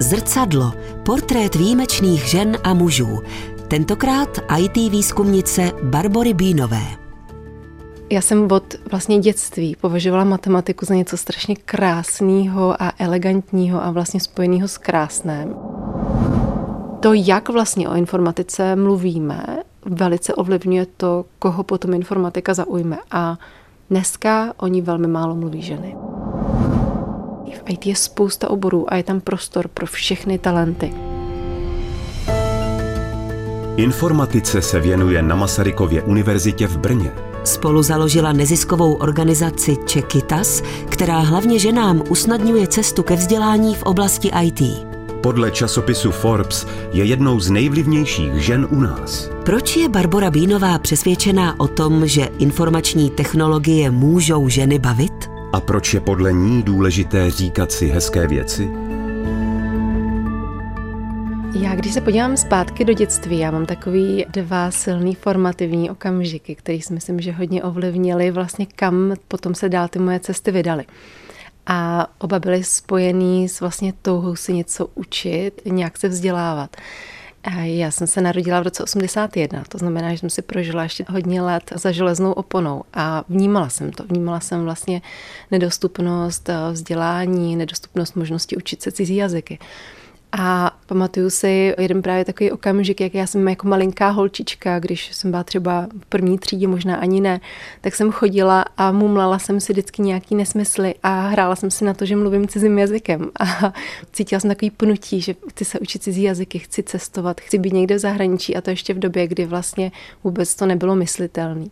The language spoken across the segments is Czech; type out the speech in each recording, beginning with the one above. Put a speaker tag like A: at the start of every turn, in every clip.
A: Zrcadlo. Portrét výjimečných žen a mužů. Tentokrát IT výzkumnice Barbory Bínové.
B: Já jsem od vlastně dětství považovala matematiku za něco strašně krásného a elegantního a vlastně spojeného s krásném. To, jak vlastně o informatice mluvíme, velice ovlivňuje to, koho potom informatika zaujme. A dneska o ní velmi málo mluví ženy. V IT je spousta oborů a je tam prostor pro všechny talenty.
C: Informatice se věnuje na Masarykově univerzitě v Brně.
A: Spolu založila neziskovou organizaci Čekytas, která hlavně ženám usnadňuje cestu ke vzdělání v oblasti IT.
C: Podle časopisu Forbes je jednou z nejvlivnějších žen u nás.
A: Proč je Barbora Bínová přesvědčená o tom, že informační technologie můžou ženy bavit?
C: A proč je podle ní důležité říkat si hezké věci?
B: Já když se podívám zpátky do dětství, já mám takový 2 silný formativní okamžiky, který si myslím, že hodně ovlivnili vlastně kam potom se dál ty moje cesty vydaly. A oba byly spojený s vlastně touhou si něco učit, nějak se vzdělávat. Já jsem se narodila v roce 81, to znamená, že jsem si prožila ještě hodně let za železnou oponou a vnímala jsem to. Vnímala jsem vlastně nedostupnost vzdělání, nedostupnost možnosti učit se cizí jazyky. A pamatuju si jeden právě takový okamžik, jak já jsem jako malinká holčička, když jsem byla třeba v první třídě, možná ani ne, tak jsem chodila a mumlala jsem si vždycky nějaký nesmysly a hrála jsem si na to, že mluvím cizím jazykem. A cítila jsem takový pnutí, že chci se učit cizí jazyky, chci cestovat, chci být někde v zahraničí a to ještě v době, kdy vlastně vůbec to nebylo myslitelné.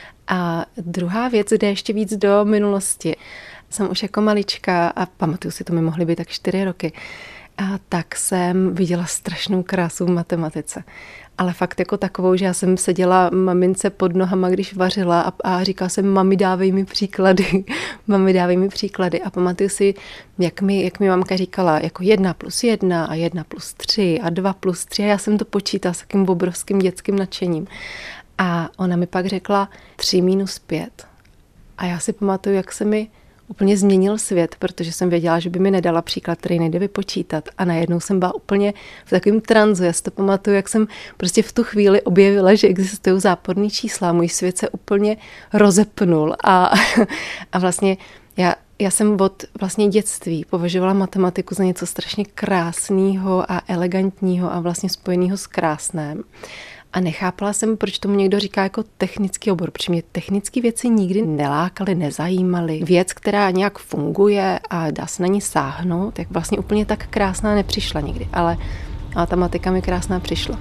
B: A druhá věc, jde ještě víc do minulosti. Jsem už jako malička a pamatuju si, to mi mohly být tak 4 roky, a tak jsem viděla strašnou krásu v matematice. Ale fakt jako takovou, že já jsem seděla mamince pod nohama, když vařila a říkala jsem, mami, dávej mi příklady. Mami, dávej mi příklady. A pamatuju si, jak mi mamka říkala, jako 1+1 a 1+3 a 2+3. A já jsem to počítala s takým obrovským dětským nadšením. A ona mi pak řekla 3-5. A já si pamatuju, jak se mi úplně změnil svět, protože jsem věděla, že by mi nedala příklad, který nejde vypočítat. A najednou jsem byla úplně v takovém tranzu. Já si to pamatuju, jak jsem prostě v tu chvíli objevila, že existují záporný čísla. Můj svět se úplně rozepnul. A vlastně já jsem od vlastně dětství považovala matematiku za něco strašně krásného a elegantního a vlastně spojeného s krásném. A nechápala jsem, proč tomu někdo říká jako technický obor, protože mě technické věci nikdy nelákaly, nezajímaly. Věc, která nějak funguje a dá se na ní sáhnout, tak vlastně úplně tak krásná nepřišla nikdy, ale ta matika mi krásná přišla.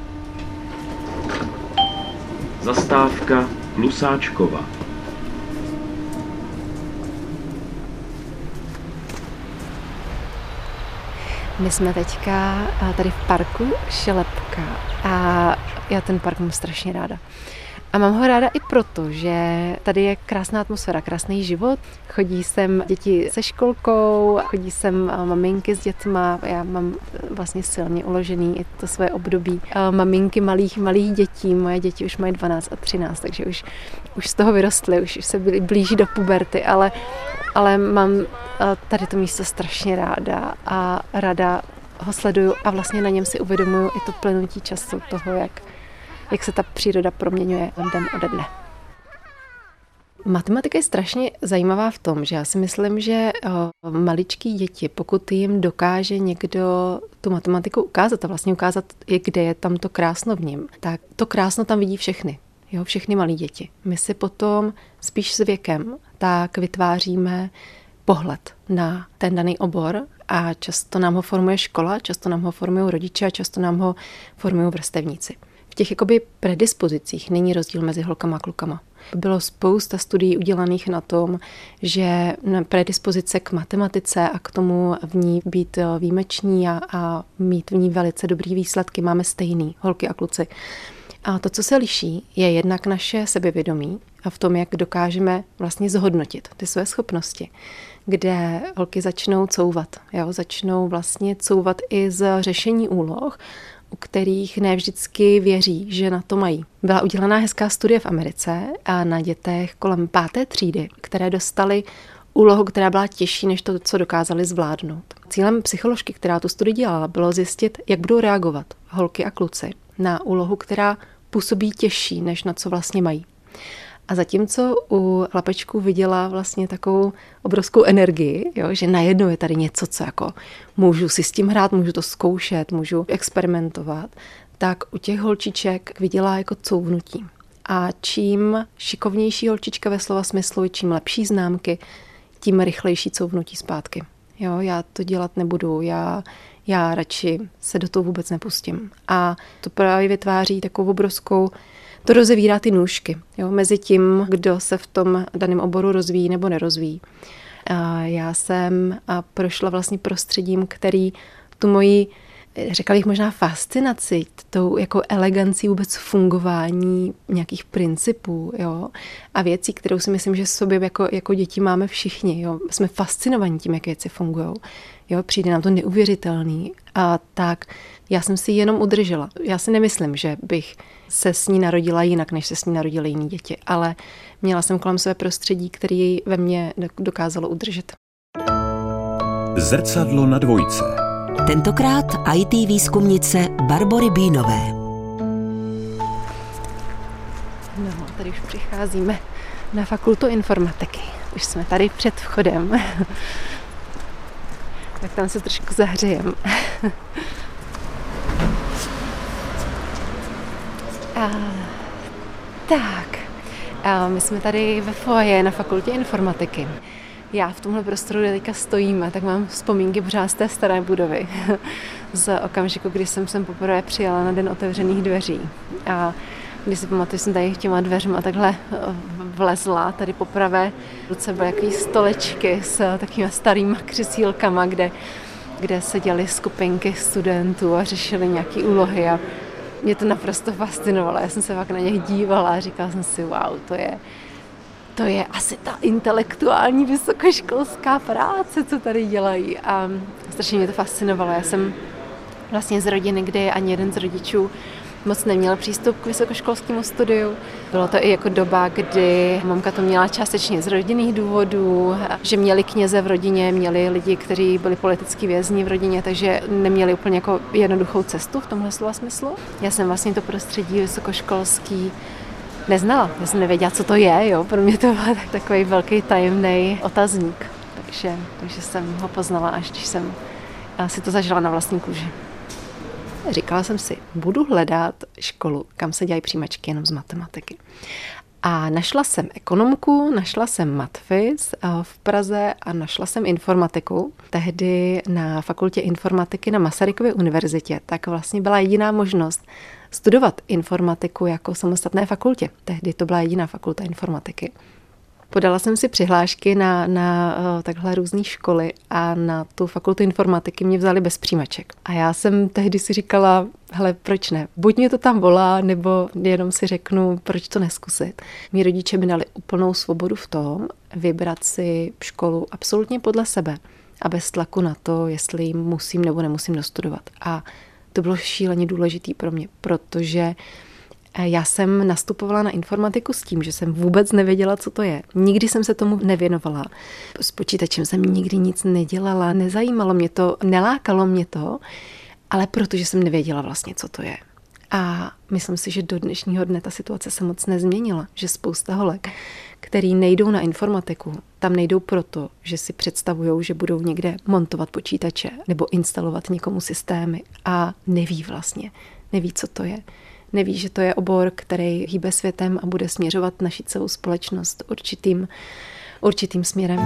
C: Zastávka Lusáčkova.
B: My jsme teďka tady v parku Šelepka a já ten park mám strašně ráda. A mám ho ráda i proto, že tady je krásná atmosféra, krásný život. Chodí sem děti se školkou, chodí sem maminky s dětma. Já mám vlastně silně uložený i to své období maminky malých dětí. Moje děti už mají 12 a 13, takže už z toho vyrostly, už se blíží do puberty, ale mám tady to místo strašně ráda a ráda ho sleduju a vlastně na něm si uvědomuju i to plynutí času toho, jak se ta příroda proměňuje den ode dne. Matematika je strašně zajímavá v tom, že já si myslím, že maličký děti, pokud jim dokáže někdo tu matematiku ukázat a vlastně ukázat, kde je tam to krásno v něm, tak to krásno tam vidí všechny. Jo, všechny malí děti. My si potom spíš s věkem tak vytváříme pohled na ten daný obor a často nám ho formuje škola, často nám ho formují rodiče a často nám ho formují vrstevníci. V těch jakoby predispozicích není rozdíl mezi holkama a klukama. Bylo spousta studií udělaných na tom, že predispozice k matematice a k tomu v ní být výjimeční a mít v ní velice dobrý výsledky máme stejný, holky a kluci. A to, co se liší, je jednak naše sebevědomí a v tom, jak dokážeme vlastně zhodnotit ty své schopnosti, kde holky začnou couvat. Začnou vlastně couvat i z řešení úloh, u kterých ne vždycky věří, že na to mají. Byla udělaná hezká studie v Americe a na dětech kolem 5. třídy, které dostaly úlohu, která byla těžší než to, co dokázali zvládnout. Cílem psycholožky, která tu studii dělala, bylo zjistit, jak budou reagovat holky a kluci na úlohu, která působí těžší, než na co vlastně mají. A zatímco u chlapečků viděla vlastně takovou obrovskou energii, jo, že najednou je tady něco, co jako můžu si s tím hrát, můžu to zkoušet, můžu experimentovat, tak u těch holčiček viděla jako couvnutí. A čím šikovnější holčička ve slova smyslu, čím lepší známky, tím rychlejší couvnutí zpátky. Jo, já to dělat nebudu, já radši se do toho vůbec nepustím. A to právě vytváří takovou obrovskou, to rozevírá ty nůžky, jo, mezi tím, kdo se v tom daném oboru rozvíjí nebo nerozvíjí. Já jsem prošla vlastně prostředím, který tu moji, řekla bych možná fascinaci, tou jako elegancí vůbec fungování nějakých principů, jo, a věcí, kterou si myslím, že v sobě jako děti máme všichni, jo. Jsme fascinovaní tím, jak věci fungujou. Jo, přijde nám to neuvěřitelný. A tak já jsem si jenom udržela. Já si nemyslím, že bych se s ní narodila jinak, než se s ní narodily jiné děti, ale měla jsem kolem své prostředí, které jej ve mně dokázalo udržet.
C: Zrcadlo na dvojce.
A: Tentokrát IT výzkumnice Barbory Bínové.
B: No, tady už přicházíme na fakultu informatiky. Už jsme tady před vchodem. Tak tam se trošku zahřejem. My jsme tady ve foyer na fakultě informatiky. Já v tomhle prostoru, kde teďka stojíme, tak mám vzpomínky pořád z té staré budovy. Z okamžiku, kdy jsem sem poprvé přijela na den otevřených dveří. A když si pamatuju, jsem tady těma dveřma takhle vlezla, tady po pravé ruce byly jaký stolečky s takovými starýma křesílkama, kde seděly skupinky studentů a řešili nějaké úlohy a mě to naprosto fascinovalo. Já jsem se pak na něch dívala a říkala jsem si, wow, to je asi ta intelektuální vysokoškolská práce, co tady dělají. A strašně mě to fascinovalo. Já jsem vlastně z rodiny, kde ani jeden z rodičů moc neměl přístup k vysokoškolskému studiu. Bylo to i jako doba, kdy mamka to měla částečně z rodinných důvodů, že měli kněze v rodině, měli lidi, kteří byli politický vězni v rodině, takže neměli úplně jako jednoduchou cestu v tomhle slova smyslu. Já jsem vlastně to prostředí vysokoškolský neznala. Já jsem nevěděla, co to je, jo. Pro mě to byl takový velký tajemný otazník. Takže jsem ho poznala, až když jsem si to zažila na vlastní kůži. Říkala jsem si, budu hledat školu, kam se dělají přijímačky jenom z matematiky. A našla jsem ekonomku, našla jsem matfiz v Praze a našla jsem informatiku. Tehdy na fakultě informatiky na Masarykově univerzitě, tak vlastně byla jediná možnost studovat informatiku jako samostatné fakultě. Tehdy to byla jediná fakulta informatiky. Podala jsem si přihlášky na takhle různé školy a na tu fakultu informatiky mě vzali bez přijímaček. A já jsem tehdy si říkala, hele, proč ne? Buď mě to tam volá, nebo jenom si řeknu, proč to neskusit. Mí rodiče mi dali úplnou svobodu v tom, vybrat si školu absolutně podle sebe a bez tlaku na to, jestli musím nebo nemusím dostudovat. A to bylo šíleně důležitý pro mě, protože já jsem nastupovala na informatiku s tím, že jsem vůbec nevěděla, co to je. Nikdy jsem se tomu nevěnovala. S počítačem jsem nikdy nic nedělala, nezajímalo mě to, nelákalo mě to, ale protože jsem nevěděla vlastně, co to je. A myslím si, že do dnešního dne ta situace se moc nezměnila, že spousta holek, který nejdou na informatiku, tam nejdou proto, že si představujou, že budou někde montovat počítače nebo instalovat někomu systémy a neví, co to je. Neví, že to je obor, který hýbe světem a bude směřovat naši celou společnost určitým směrem.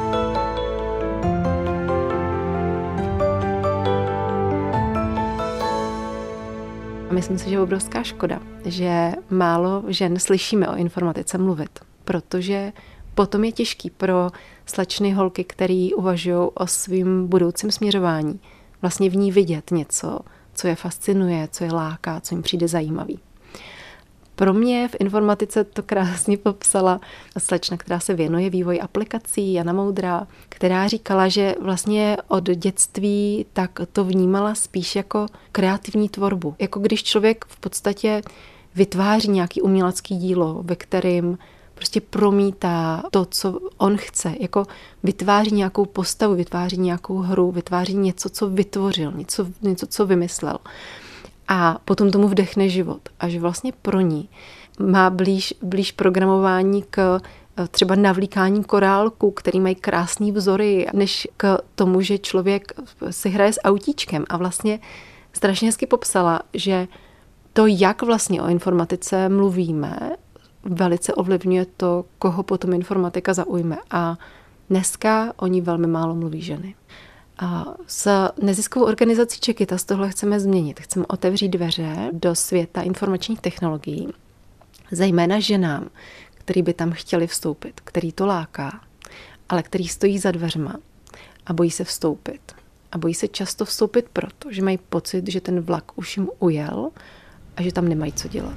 B: A myslím si, že je obrovská škoda, že málo žen slyšíme o informatice mluvit, protože potom je těžký pro slečny holky, který uvažují o svým budoucím směřování, vlastně v ní vidět něco, co je fascinuje, co je láká, co jim přijde zajímavý. Pro mě v informatice to krásně popsala slečna, která se věnuje vývoji aplikací, Jana Moudrá, která říkala, že vlastně od dětství tak to vnímala spíš jako kreativní tvorbu. Jako když člověk v podstatě vytváří nějaký umělecký dílo, ve kterém prostě promítá to, co on chce, jako vytváří nějakou postavu, vytváří nějakou hru, vytváří něco, co vytvořil, něco, co vymyslel. A potom tomu vdechne život. A že vlastně pro ní má blíž programování k třeba navlíkání korálků, který mají krásný vzory, než k tomu, že člověk si hraje s autíčkem. A vlastně strašně hezky popsala, že to, jak vlastně o informatice mluvíme, velice ovlivňuje to, koho potom informatika zaujme. A dneska o ní velmi málo mluví ženy. A s neziskovou organizací Čekytas tohle chceme změnit. Chceme otevřít dveře do světa informačních technologií, zejména ženám, který by tam chtěli vstoupit, který to láká, ale který stojí za dveřma a bojí se vstoupit. A bojí se často vstoupit proto, že mají pocit, že ten vlak už jim ujel a že tam nemají co dělat.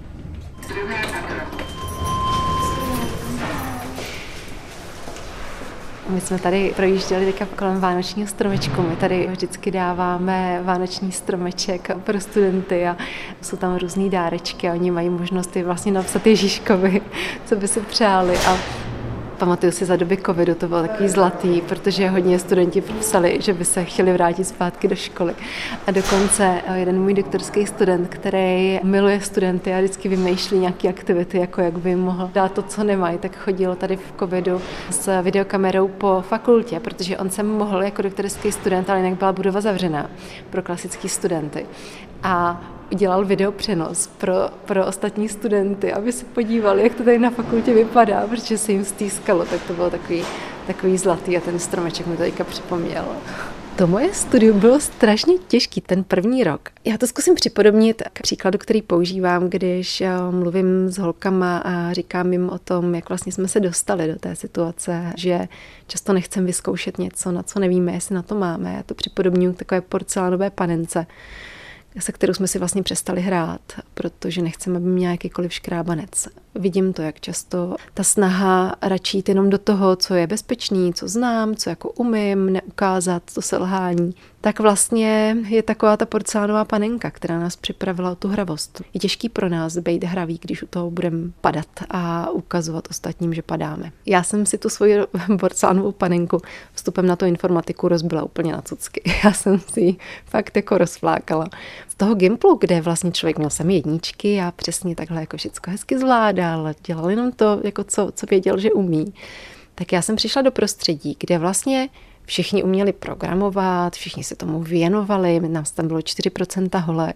B: My jsme tady projížděli teďka kolem vánočního stromečku. My tady vždycky dáváme vánoční stromeček pro studenty a jsou tam různý dárečky a oni mají možnost vlastně napsat Ježíškovi, co by si přáli. A pamatuju si za doby covidu, to bylo takový zlatý, protože hodně studenti psali, že by se chtěli vrátit zpátky do školy. A dokonce jeden můj doktorský student, který miluje studenty a vždycky vymýšlí nějaké aktivity, jako jak by jim mohl dát to, co nemají, tak chodil tady v covidu s videokamerou po fakultě, protože on se mohl jako doktorský student, ale jinak byla budova zavřená pro klasické studenty. A udělal videopřenos pro ostatní studenty, aby se podívali, jak to tady na fakultě vypadá, protože se jim stýskalo, tak to bylo takový zlatý a ten stromeček mi to teďka připomněl. To moje studium bylo strašně těžký ten první rok. Já to zkusím připodobnit k příkladu, který používám, když mluvím s holkama a říkám jim o tom, jak vlastně jsme se dostali do té situace, že často nechcem vyzkoušet něco, na co nevíme, jestli na to máme. Já to připodobňuji k takové porcelánové panence, se kterou jsme si vlastně přestali hrát, protože nechceme, aby měl jakýkoliv škrábanec. Vidím to, jak často ta snaha radši jít jenom do toho, co je bezpečný, co znám, co jako umím, neukázat to selhání. Tak vlastně je taková ta porcelánová panenka, která nás připravila o tu hravost. Je těžký pro nás být hraví, když u toho budeme padat a ukazovat ostatním, že padáme. Já jsem si tu svoji porcelánovou panenku vstupem na tu informatiku rozbila úplně na cucky. Já jsem si ji fakt jako rozflákala. Z toho Gimplu, kde vlastně člověk měl sami jedničky a přesně takhle jako všecko hezky zvládal, dělal jenom to, jako co věděl, že umí. Tak já jsem přišla do prostředí, kde vlastně všichni uměli programovat, všichni se tomu věnovali, nás tam bylo 4% holek,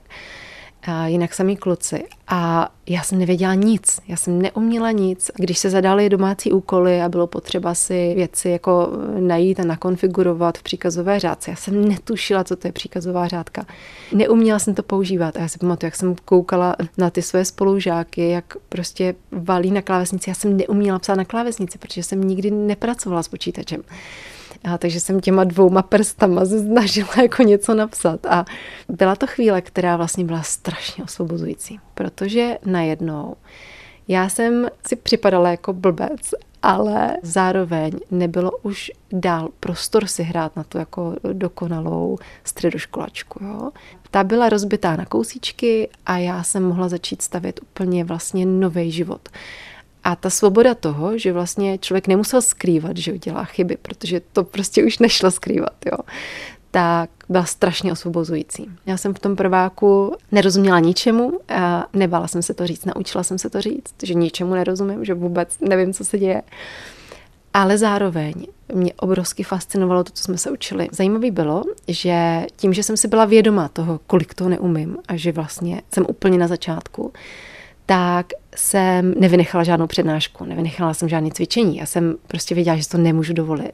B: a jinak samý kluci. A já jsem nevěděla nic, já jsem neuměla nic. Když se zadaly domácí úkoly a bylo potřeba si věci jako najít a nakonfigurovat v příkazové řádce, já jsem netušila, co to je příkazová řádka. Neuměla jsem to používat a já si pamatuju, jak jsem koukala na ty své spolužáky, jak prostě valí na klávesnici. Já jsem neuměla psát na klávesnici, protože jsem nikdy nepracovala s počítačem. Takže jsem těma 2 prstama se snažila jako něco napsat. A byla to chvíle, která vlastně byla strašně osvobozující, protože najednou já jsem si připadala jako blbec, ale zároveň nebylo už dál prostor si hrát na tu jako dokonalou středoškolačku. Jo? Ta byla rozbitá na kousíčky a já jsem mohla začít stavět úplně vlastně nový život. A ta svoboda toho, že vlastně člověk nemusel skrývat, že dělá chyby, protože to prostě už nešlo skrývat, jo, tak byla strašně osvobozující. Já jsem v tom prváku nerozuměla ničemu a nebála jsem se to říct, naučila jsem se to říct, že ničemu nerozumím, že vůbec nevím, co se děje. Ale zároveň mě obrovsky fascinovalo to, co jsme se učili. Zajímavé bylo, že tím, že jsem si byla vědomá toho, kolik toho neumím a že vlastně jsem úplně na začátku, tak jsem nevynechala žádnou přednášku, nevynechala jsem žádné cvičení. Já jsem prostě věděla, že to nemůžu dovolit.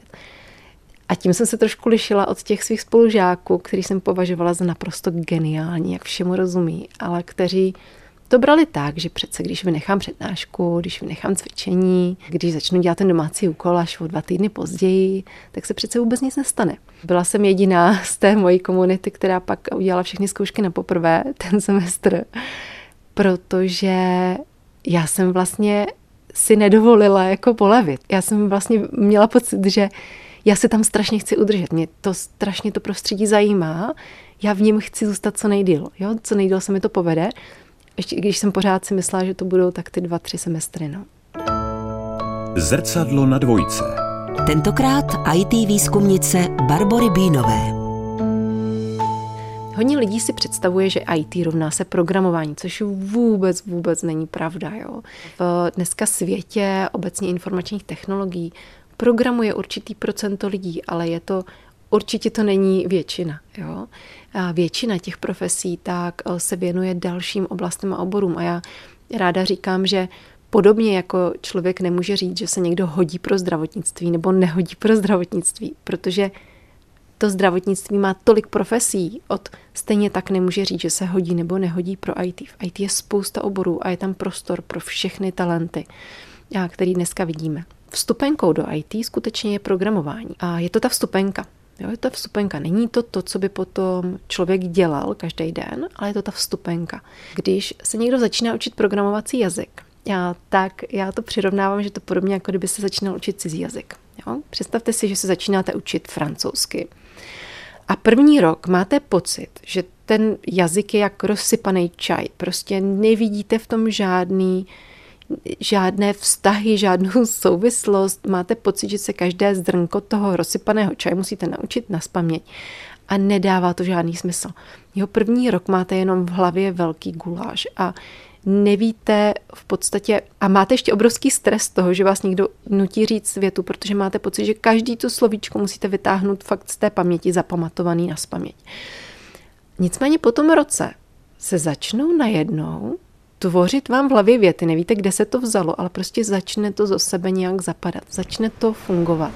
B: A tím jsem se trošku lišila od těch svých spolužáků, který jsem považovala za naprosto geniální, jak všemu rozumí, ale kteří to brali tak, že přece když vynechám přednášku, když vynechám cvičení, když začnu dělat ten domácí úkol až o 2 týdny později, tak se přece vůbec nic nestane. Byla jsem jediná z té mojí komunity, která pak udělala všechny zkoušky na poprvé ten semestr, protože já jsem vlastně si nedovolila jako polevit. Já jsem vlastně měla pocit, že já se tam strašně chci udržet. Mě to strašně to prostředí zajímá. Já v něm chci zůstat co nejdýl. Jo? Co nejdýl se mi to povede. Ještě když jsem pořád si myslela, že to budou tak ty 2-3 semestry. No.
C: Zrcadlo na dvojce.
A: Tentokrát IT výzkumnice Barbory Bínové.
B: Hodně lidí si představuje, že IT rovná se programování, což vůbec není pravda. Jo. V dneska světě obecně informačních technologií programuje určitý procento lidí, ale určitě to není většina. Jo. A většina těch profesí tak se věnuje dalším oblastem a oborům. A já ráda říkám, že podobně jako člověk nemůže říct, že se někdo hodí pro zdravotnictví nebo nehodí pro zdravotnictví, protože to zdravotnictví má tolik profesí, stejně tak nemůže říct, že se hodí nebo nehodí pro IT. V IT je spousta oborů a je tam prostor pro všechny talenty, který dneska vidíme. Vstupenkou do IT skutečně je programování. A je to ta vstupenka. Jo, je to vstupenka. Není to, co by potom člověk dělal každý den, ale je to ta vstupenka. Když se někdo začíná učit programovací jazyk, já to přirovnávám, že to podobně jako kdyby se začínal učit cizí jazyk. Jo? Představte si, že se začínáte učit francouzsky. A první rok máte pocit, že ten jazyk je jak rozsypaný čaj. Prostě nevidíte v tom žádné vztahy, žádnou souvislost. Máte pocit, že se každé zrnko toho rozsypaného čaje musíte naučit nazpaměť. A nedává to žádný smysl. Jeho první rok máte jenom v hlavě velký guláš a nevíte v podstatě a máte ještě obrovský stres z toho, že vás někdo nutí říct větu, protože máte pocit, že každý to slovíčko musíte vytáhnout fakt z té paměti zapamatovaný nazpaměť. Nicméně po tom roce se začnou najednou tvořit vám v hlavě věty. Nevíte, kde se to vzalo, ale prostě začne to zo sebe nějak zapadat. Začne to fungovat.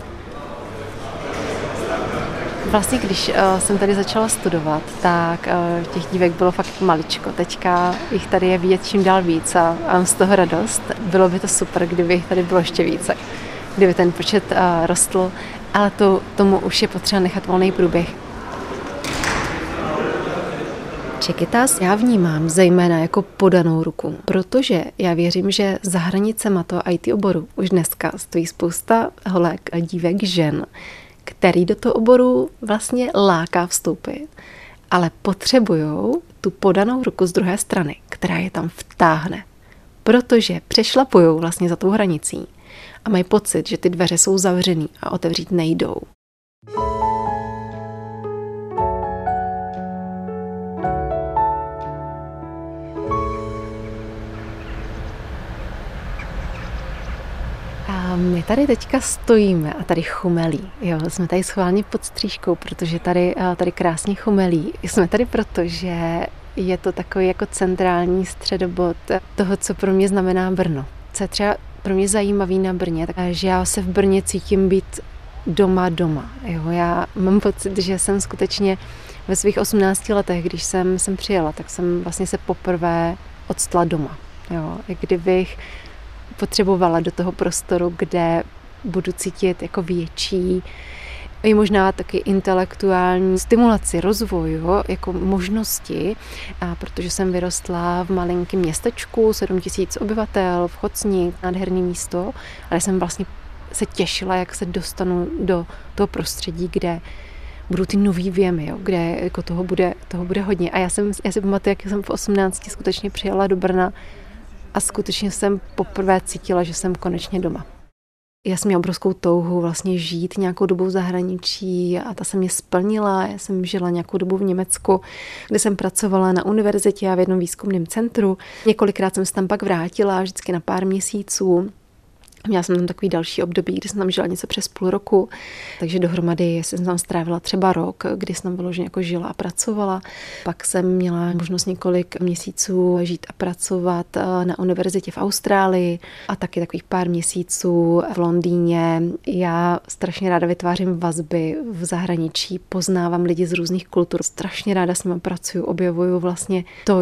B: Vlastně, když jsem tady začala studovat, tak těch dívek bylo fakt maličko. Teďka jich tady je vidět čím dál víc a mám z toho radost. Bylo by to super, kdyby jich tady bylo ještě více, kdyby ten počet rostl, ale tomu už je potřeba nechat volný průběh. Čekytas já vnímám zejména jako podanou ruku, protože já věřím, že za hranicema toho IT oboru už dneska stojí spousta holek a dívek, žen, který do toho oboru vlastně láká vstoupit, ale potřebujou tu podanou ruku z druhé strany, která je tam vtáhne, protože přešlapujou vlastně za tou hranicí a mají pocit, že ty dveře jsou zavřený a otevřít nejdou. My tady teďka stojíme a tady chumelí. Jo, jsme tady schválně pod stříškou, protože tady krásně chumelí. Jsme tady proto, že je to takový jako centrální středobod toho, co pro mě znamená Brno. Co je třeba pro mě zajímavý na Brně, že já se v Brně cítím být doma. Jo, já mám pocit, že jsem skutečně ve svých 18 letech, když jsem přijela, tak jsem vlastně se poprvé odstla doma. Jo, jak kdybych potřebovala do toho prostoru, kde budu cítit jako větší, i možná taky intelektuální stimulaci, rozvoj, jo, jako možnosti, a protože jsem vyrostla v malinkém městečku, 7 000 obyvatel, v Chocni, nádherné místo, ale jsem vlastně se těšila, jak se dostanu do toho prostředí, kde budou ty nový věmy, jo, kde jako toho bude hodně. A já si pamatuju, jak jsem v 18 skutečně přijela do Brna a skutečně jsem poprvé cítila, že jsem konečně doma. Já jsem měla obrovskou touhu vlastně žít nějakou dobu v zahraničí a ta se mě splnila. Já jsem žila nějakou dobu v Německu, kde jsem pracovala na univerzitě a v jednom výzkumném centru. Několikrát jsem se tam pak vrátila, vždycky na pár měsíců. Měla jsem tam takový další období, kdy jsem tam žila něco přes půl roku, takže dohromady jsem tam strávila třeba rok, kdy jsem tam vyloženě jako žila a pracovala. Pak jsem měla možnost několik měsíců žít a pracovat na univerzitě v Austrálii a taky takových pár měsíců v Londýně. Já strašně ráda vytvářím vazby v zahraničí, poznávám lidi z různých kultur. Strašně ráda s nimi pracuju, objevuju vlastně to,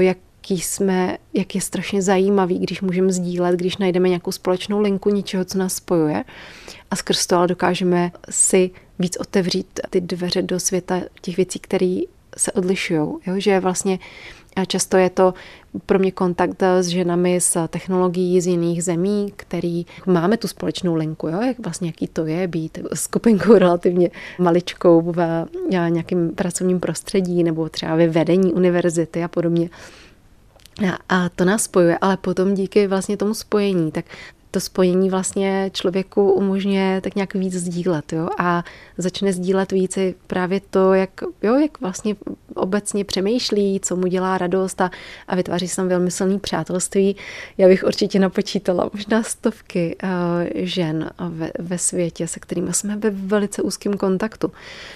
B: jak je strašně zajímavý, když můžeme sdílet, když najdeme nějakou společnou linku něčeho, co nás spojuje a skrz to ale dokážeme si víc otevřít ty dveře do světa těch věcí, které se odlišují. Že vlastně často je to pro mě kontakt s ženami z technologií z jiných zemí, který máme tu společnou linku, jaký to je být skupinkou relativně maličkou v nějakém pracovním prostředí nebo třeba ve vedení univerzity a podobně. A to nás spojuje, ale potom díky vlastně tomu spojení, tak to spojení vlastně člověku umožňuje tak nějak víc sdílet, jo? A začne sdílet víc právě to, jak vlastně obecně přemýšlí, co mu dělá radost a vytváří se tam velmi silný přátelství. Já bych určitě napočítala možná stovky žen ve světě, se kterými jsme ve velice úzkém kontaktu,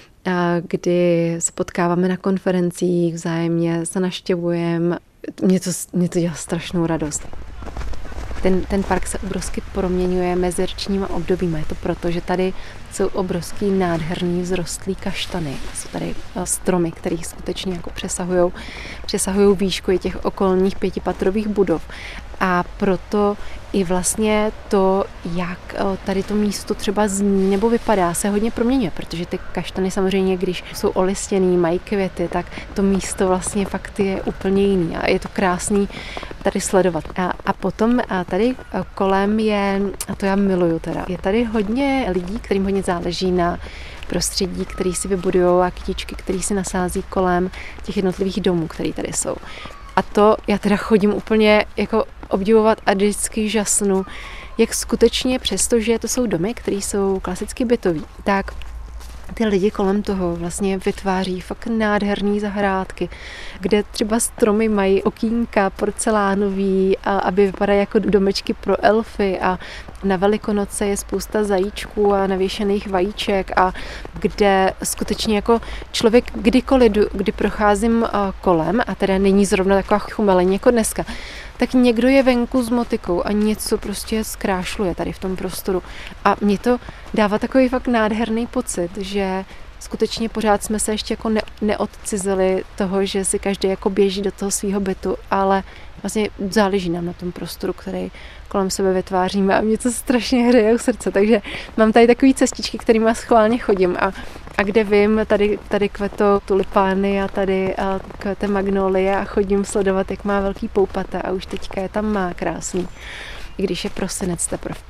B: kdy se potkáváme na konferencích, vzájemně se navštěvujeme. Mě to dělá strašnou radost. Ten park se obrovsky proměňuje mezi ročníma obdobíma. Je to proto, že tady jsou obrovský nádherný vzrostlý kaštany. Jsou tady stromy, které skutečně jako přesahují výšku i těch okolních 5patrových budov. A proto i vlastně to, jak tady to místo třeba zní nebo vypadá, se hodně proměňuje, protože ty kaštany samozřejmě, když jsou olistěný, mají květy, tak to místo vlastně fakt je úplně jiný a je to krásný tady sledovat. A potom tady kolem je, a to já miluju teda, je tady hodně lidí, kterým hodně záleží na prostředí, který si vybudujou a kytičky, který si nasází kolem těch jednotlivých domů, které tady jsou. A to já teda chodím úplně jako obdivovat a vždycky žasnu, jak skutečně přesto, že to jsou domy, které jsou klasicky bytový, tak ty lidi kolem toho vlastně vytváří fakt nádherný zahrádky, kde třeba stromy mají okýnka porcelánový, aby vypadaly jako domečky pro elfy a na Velikonoce je spousta zajíčků a navěšených vajíček a kde skutečně jako člověk kdykoliv, kdy procházím kolem a teda není zrovna taková chumelení jako dneska, tak někdo je venku s motikou a něco prostě zkrášluje tady v tom prostoru. A mě to dává takový fakt nádherný pocit, že skutečně pořád jsme se ještě jako neodcizili toho, že si každý jako běží do toho svého bytu, ale vlastně záleží nám na tom prostoru, který kolem sebe vytváříme a mě to strašně hřeje u srdce. Takže mám tady takový cestičky, kterými schválně chodím a kde vím, tady kvetou tulipány a tady kvete magnolie a chodím sledovat, jak má velký poupata a už teďka je tam má krásný, i když je prosinec teprve.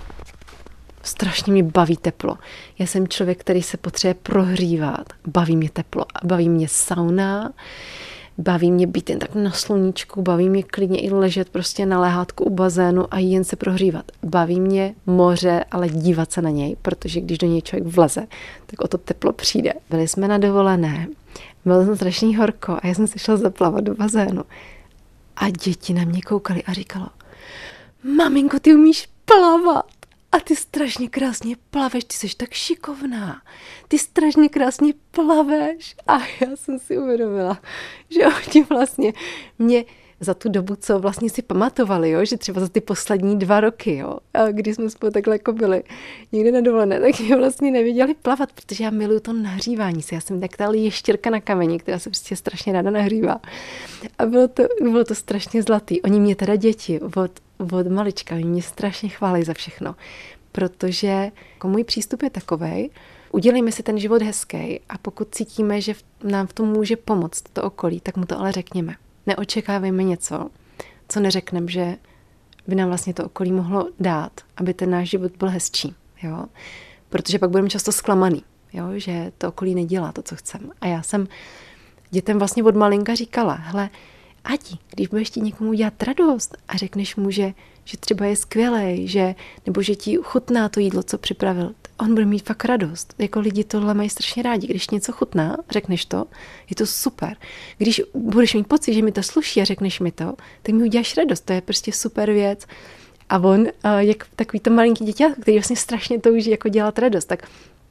B: Strašně mě baví teplo. Já jsem člověk, který se potřebuje prohřívat. Baví mě teplo, baví mě sauna, baví mě být jen tak na sluníčku, baví mě klidně i ležet prostě na lehátku u bazénu a jen se prohřívat. Baví mě moře, ale dívat se na něj, protože když do něj člověk vleze, tak o to teplo přijde. Byli jsme na dovolené, bylo tam strašný horko a já jsem si šla zaplavat do bazénu. A děti na mě koukaly a říkalo: maminko, ty umíš plavat. A ty strašně krásně plaveš, ty jsi tak šikovná, ty strašně krásně plaveš. A já jsem si uvědomila, že oni vlastně mě za tu dobu, co vlastně si pamatovali, jo, že třeba za ty poslední 2 roky, jo, a když jsme spolu takhle jako byli někde na dovolené, tak mě vlastně nevěděli plavat, protože já miluju to nahřívání se. Já jsem tak ta ještěrka na kameni, která se prostě strašně ráda nahřívá. A bylo to strašně zlatý. Oni mě teda děti od malička, oni mě strašně chválí za všechno, protože jako můj přístup je takovej, udělejme si ten život hezký a pokud cítíme, že nám v tom může pomoct to okolí, tak mu to ale řekněme. Neočekávejme něco, co neřekneme, že by nám vlastně to okolí mohlo dát, aby ten náš život byl hezčí. Jo? Protože pak budeme často zklamaný, jo? Že to okolí nedělá to, co chceme. A já jsem dětem vlastně od malinka říkala: hele, Adi, když budeš ti někomu dělat radost a řekneš mu, že třeba je skvělej, nebo že ti chutná to jídlo, co připravil, on bude mít fakt radost. Jako lidi tohle mají strašně rádi. Když něco chutná, řekneš to, je to super. Když budeš mít pocit, že mi to sluší a řekneš mi to, tak mi uděláš radost. To je prostě super věc. A on, jak takový to malinký dítě, který vlastně strašně touží jako dělat radost, tak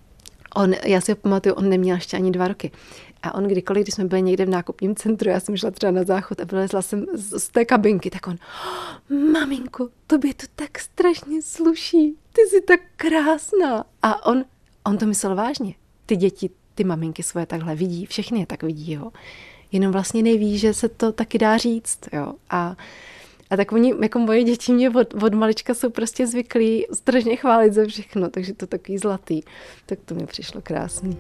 B: já si pamatuju, on neměl ještě ani 2 roky. A on kdykoliv, když jsme byli někde v nákupním centru, já jsem šla třeba na záchod a vylezla jsem z té kabinky, tak on: maminko, tobě to tak strašně sluší, ty jsi tak krásná. A on to myslel vážně. Ty děti, ty maminky svoje takhle vidí, všechny je tak vidí, jo. Jenom vlastně neví, že se to taky dá říct, jo. A tak oni, jako moje děti mě od malička jsou prostě zvyklí strašně chválit za všechno, takže to takový zlatý. Tak to mi přišlo krásný.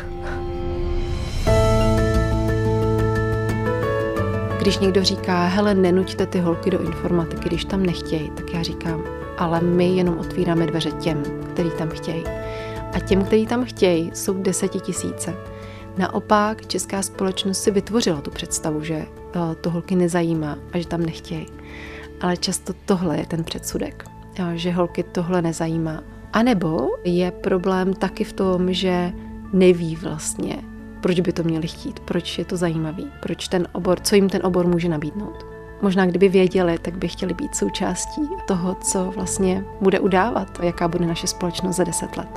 B: Když někdo říká: hele, nenuďte ty holky do informatiky, když tam nechtějí, tak já říkám: ale my jenom otvíráme dveře těm, který tam chtějí. A těm, který tam chtějí, jsou 10 000. Naopak česká společnost si vytvořila tu představu, že to holky nezajímá a že tam nechtějí. Ale často tohle je ten předsudek. že holky tohle nezajímá. A nebo je problém taky v tom, že neví vlastně, proč by to měli chtít, proč je to zajímavý, proč ten obor, co jim ten obor může nabídnout. Možná kdyby věděli, tak by chtěli být součástí toho, co vlastně bude udávat, jaká bude naše společnost za 10 let.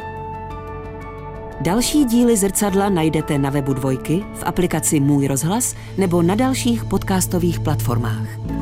A: Další díly Zrcadla najdete na webu Dvojky, v aplikaci Můj rozhlas nebo na dalších podcastových platformách.